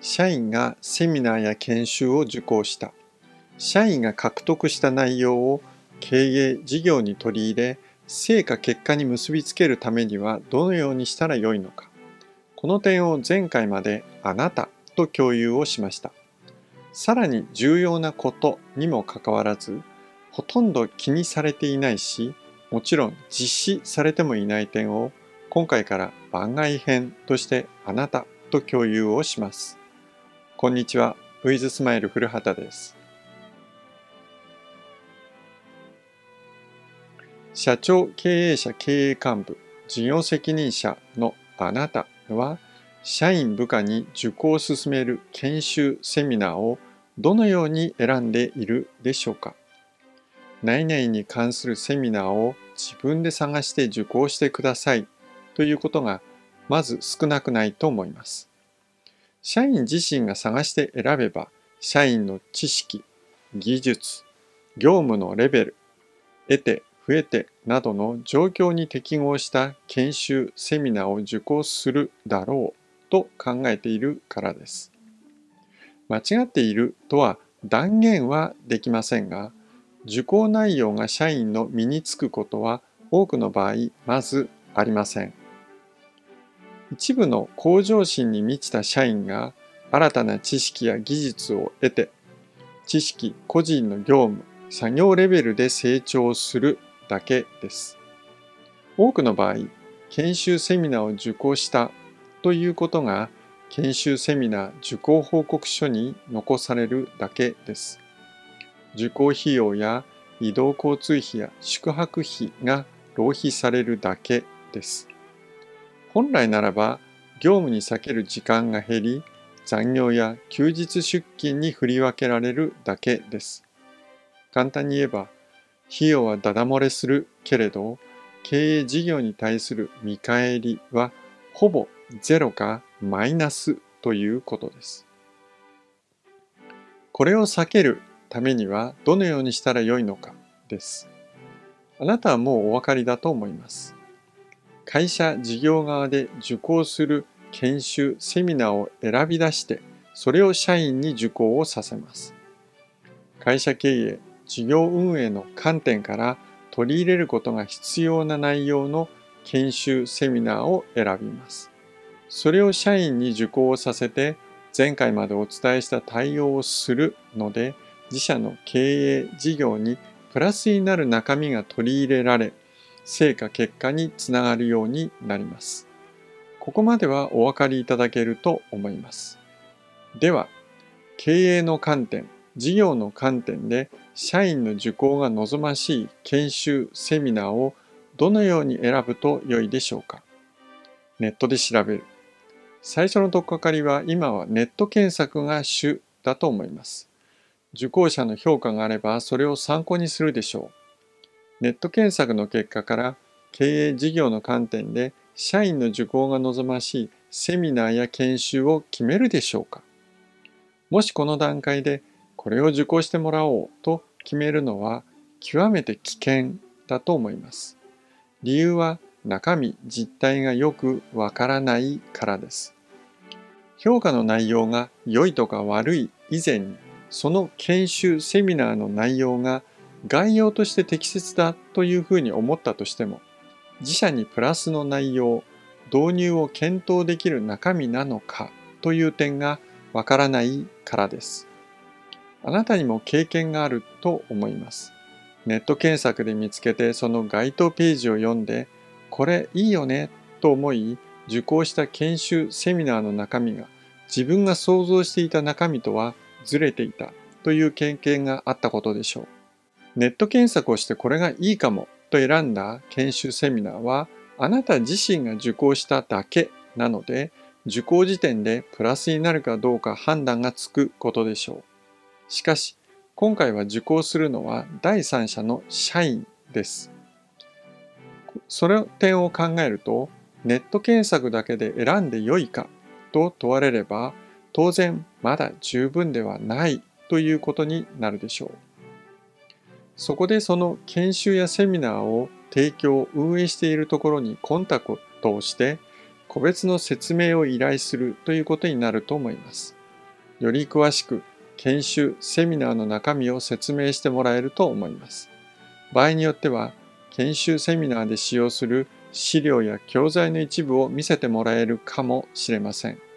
社員がセミナーや研修を受講した。社員が獲得した内容を経営・事業に取り入れ、成果・結果に結びつけるためにはどのようにしたらよいのか。この点を前回まであなたと共有をしました。さらに重要なことにもかかわらず、ほとんど気にされていないし、もちろん実施されてもいない点を今回から番外編としてあなたと共有をします。こんにちは、ウィズスマイル古畑です。社長、経営者、経営幹部、事業責任者のあなたは、社員部下に受講を進める研修セミナーをどのように選んでいるでしょうか。何々に関するセミナーを自分で探して受講してくださいということがまず少なくないと思います。社員自身が探して選べば、社員の知識、技術、業務のレベル、得て増えてなどの状況に適合した研修セミナーを受講するだろうと考えているからです。間違っているとは断言はできませんが、受講内容が社員の身につくことは多くの場合まずありません。一部の向上心に満ちた社員が新たな知識や技術を得て、知識、個人の業務、作業レベルで成長するだけです。多くの場合、研修セミナーを受講したということが研修セミナー受講報告書に残されるだけです。受講費用や移動交通費や宿泊費が浪費されるだけです。本来ならば業務に割ける時間が減り、残業や休日出勤に振り分けられるだけです。簡単に言えば、費用はダダ漏れするけれど、経営事業に対する見返りはほぼゼロかマイナスということです。これを避けるためにはどのようにしたらよいのかです。あなたはもうお分かりだと思います。会社事業側で受講する研修セミナーを選び出して、それを社員に受講をさせます。会社経営、事業運営の観点から取り入れることが必要な内容の研修セミナーを選びます。それを社員に受講をさせて、前回までお伝えした対応をするので、自社の経営事業にプラスになる中身が取り入れられ、成果結果につながるようになります。ここまではお分かりいただけると思います。では、経営の観点、事業の観点で社員の受講が望ましい研修セミナーをどのように選ぶと良いでしょうか。ネットで調べる。最初の取っかかりは今はネット検索が主だと思います。受講者の評価があればそれを参考にするでしょう。ネット検索の結果から経営事業の観点で社員の受講が望ましいセミナーや研修を決めるでしょうか。もしこの段階でこれを受講してもらおうと決めるのは極めて危険だと思います。理由は中身、実態がよくわからないからです。評価の内容が良いとか悪い以前に、その研修セミナーの内容が概要として適切だというふうに思ったとしても、自社にプラスの内容、導入を検討できる中身なのかという点がわからないからです。あなたにも経験があると思います。ネット検索で見つけてその該当ページを読んで、これいいよねと思い、受講した研修セミナーの中身が自分が想像していた中身とはずれていたという経験があったことでしょう。ネット検索をしてこれがいいかもと選んだ研修セミナーはあなた自身が受講しただけなので、受講時点でプラスになるかどうか判断がつくことでしょう。しかし、今回は受講するのは第三者の社員です。その点を考えると、ネット検索だけで選んで良いかと問われれば、当然まだ十分ではないということになるでしょう。そこでその研修やセミナーを提供・運営しているところにコンタクトをして、個別の説明を依頼するということになると思います。 より詳しく研修セミナーの中身を説明してもらえると思います。場合によっては研修セミナーで使用する資料や教材の一部を見せてもらえるかもしれません。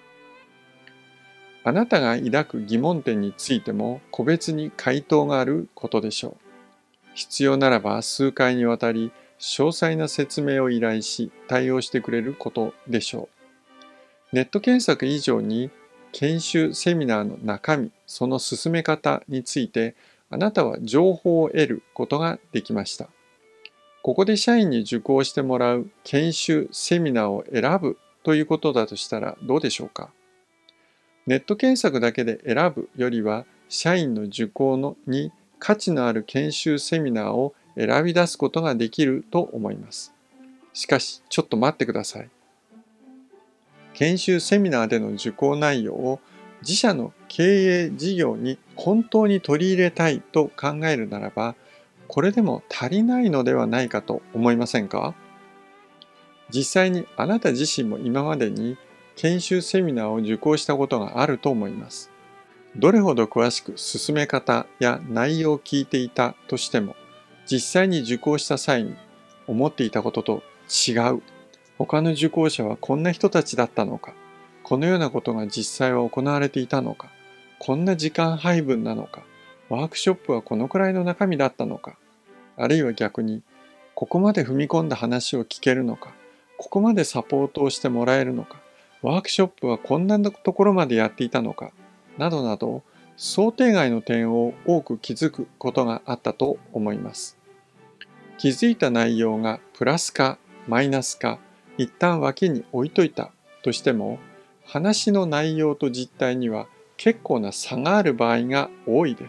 あなたが抱く疑問点についても個別に回答があることでしょう。必要ならば数回にわたり詳細な説明を依頼し対応してくれることでしょう。ネット検索以上に研修セミナーの中身、その進め方についてあなたは情報を得ることができました。ここで社員に受講してもらう研修セミナーを選ぶということだとしたらどうでしょうか。ネット検索だけで選ぶよりは社員の受講に価値のある研修セミナーを選び出すことができると思います。しかしちょっと待ってください。研修セミナーでの受講内容を自社の経営事業に本当に取り入れたいと考えるならば、これでも足りないのではないかと思いませんか？実際にあなた自身も今までに研修セミナーを受講したことがあると思います。どれほど詳しく進め方や内容を聞いていたとしても、実際に受講した際に思っていたことと違う。他の受講者はこんな人たちだったのか、このようなことが実際は行われていたのか、こんな時間配分なのか、ワークショップはこのくらいの中身だったのか、あるいは逆に、ここまで踏み込んだ話を聞けるのか、ここまでサポートをしてもらえるのか、ワークショップはこんなところまでやっていたのか、などなど、想定外の点を多く気づくことがあったと思います。気づいた内容がプラスかマイナスか、一旦脇に置いといたとしても、話の内容と実態には結構な差がある場合が多いです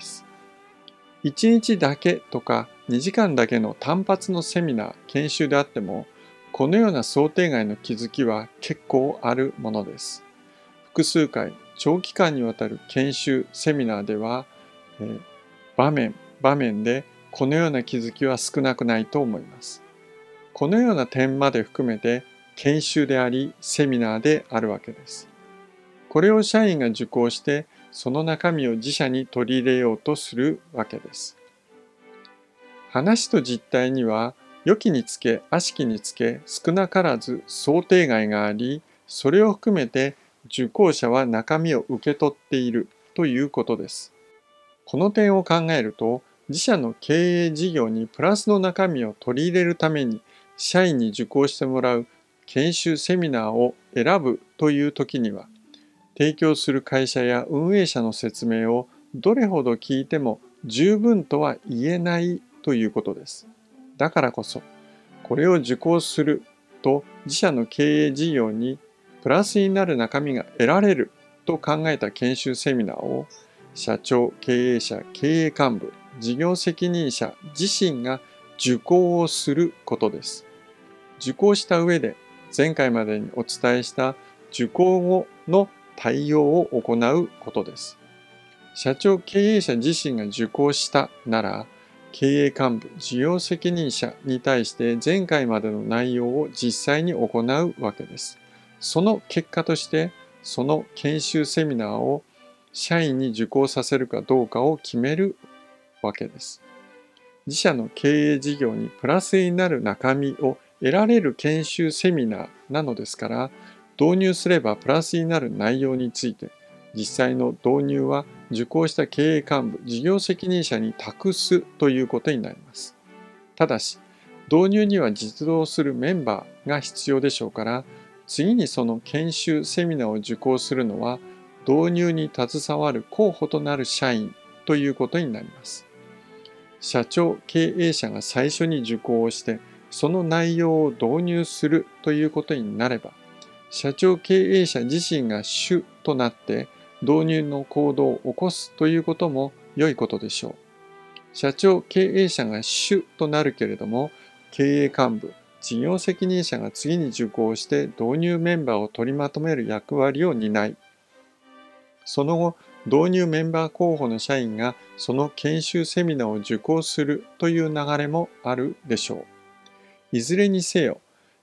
。1日だけとか2時間だけの単発のセミナー、研修であっても、このような想定外の気づきは結構あるものです。複数回、長期間にわたる研修、セミナーでは、場面でこのような気づきは少なくないと思います。このような点まで含めて研修であり、セミナーであるわけです。これを社員が受講して、その中身を自社に取り入れようとするわけです。話と実態には、良きにつけ、悪しきにつけ、少なからず想定外があり、それを含めて受講者は中身を受け取っているということです。この点を考えると、自社の経営事業にプラスの中身を取り入れるために、社員に受講してもらう研修セミナーを選ぶという時には、提供する会社や運営者の説明をどれほど聞いても十分とは言えないということです。だからこそ、これを受講すると自社の経営事業にプラスになる中身が得られると考えた研修セミナーを社長、経営者、経営幹部、事業責任者自身が受講をすることです。受講した上で前回までにお伝えした受講後の対応を行うことです。社長・経営者自身が受講したなら、経営幹部、事業責任者に対して前回までの内容を実際に行うわけです。その結果として、その研修セミナーを社員に受講させるかどうかを決めるわけです。自社の経営事業にプラスになる中身を得られる研修セミナーなのですから、導入すればプラスになる内容について、実際の導入は受講した経営幹部、事業責任者に託すということになります。ただし、導入には実動するメンバーが必要でしょうから、次にその研修セミナーを受講するのは、導入に携わる候補となる社員ということになります。社長、経営者が最初に受講をして、その内容を導入するということになれば、社長経営者自身が主となって導入の行動を起こすということも良いことでしょう。社長経営者が主となるけれども、経営幹部、事業責任者が次に受講して導入メンバーを取りまとめる役割を担い、その後、導入メンバー候補の社員がその研修セミナーを受講するという流れもあるでしょう。いずれにせよ、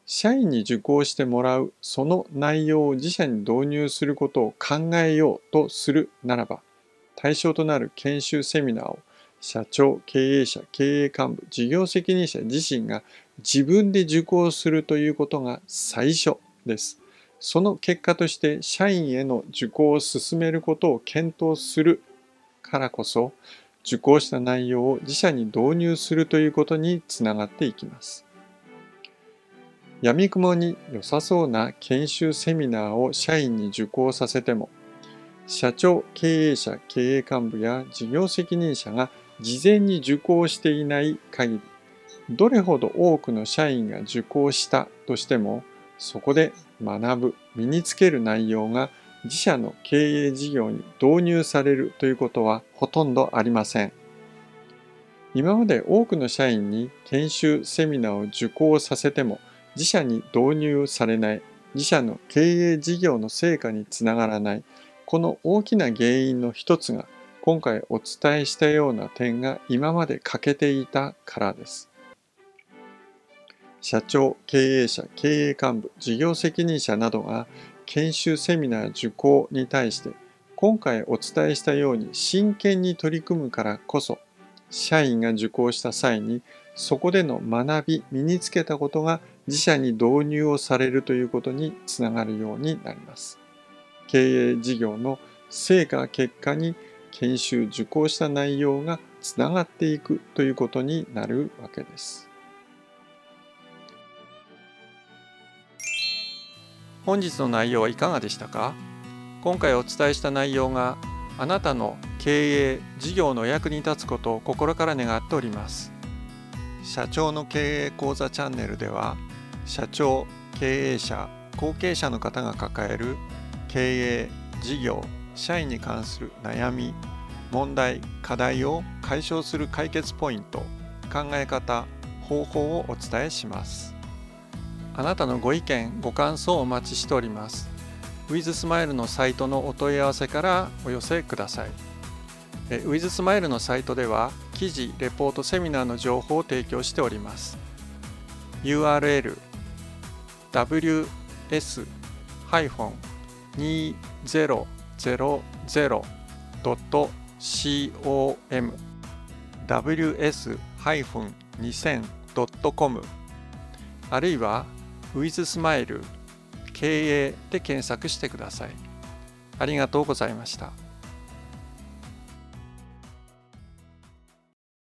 社員に受講してもらうその内容を自社に導入することを考えようとするならば、対象となる研修セミナーを社長、経営者、経営幹部、事業責任者自身が自分で受講するということが最初です。その結果として社員への受講を進めることを検討するからこそ、受講した内容を自社に導入するということにつながっていきます。闇雲に良さそうな研修セミナーを社員に受講させても、社長、経営者、経営幹部や事業責任者が事前に受講していない限り、どれほど多くの社員が受講したとしても、そこで学ぶ、身につける内容が自社の経営事業に導入されるということはほとんどありません。今まで多くの社員に研修セミナーを受講させても自社に導入されない、自社の経営事業の成果につながらない、この大きな原因の一つが今回お伝えしたような点が今まで欠けていたからです。社長、経営者、経営幹部、事業責任者などが研修セミナー受講に対して今回お伝えしたように真剣に取り組むからこそ、社員が受講した際にそこでの学び、身につけたことが自社に導入をされるということにつながるようになります。経営事業の成果結果に研修受講した内容がつながっていくということになるわけです。本日の内容はいかがでしたか？今回お伝えした内容があなたの経営事業の役に立つことを心から願っております。社長の経営講座チャンネルでは、社長、経営者、後継者の方が抱える経営、事業、社員に関する悩み、問題、課題を解消する解決ポイント、考え方、方法をお伝えします。あなたのご意見、ご感想をお待ちしております。WithSmile のサイトのお問い合わせからお寄せください。WithSmile のサイトでは記事、レポート、セミナーの情報を提供しております。URL ws-2000.com ws-2000.com あるいは WithSmile 経営で検索してください。ありがとうございました。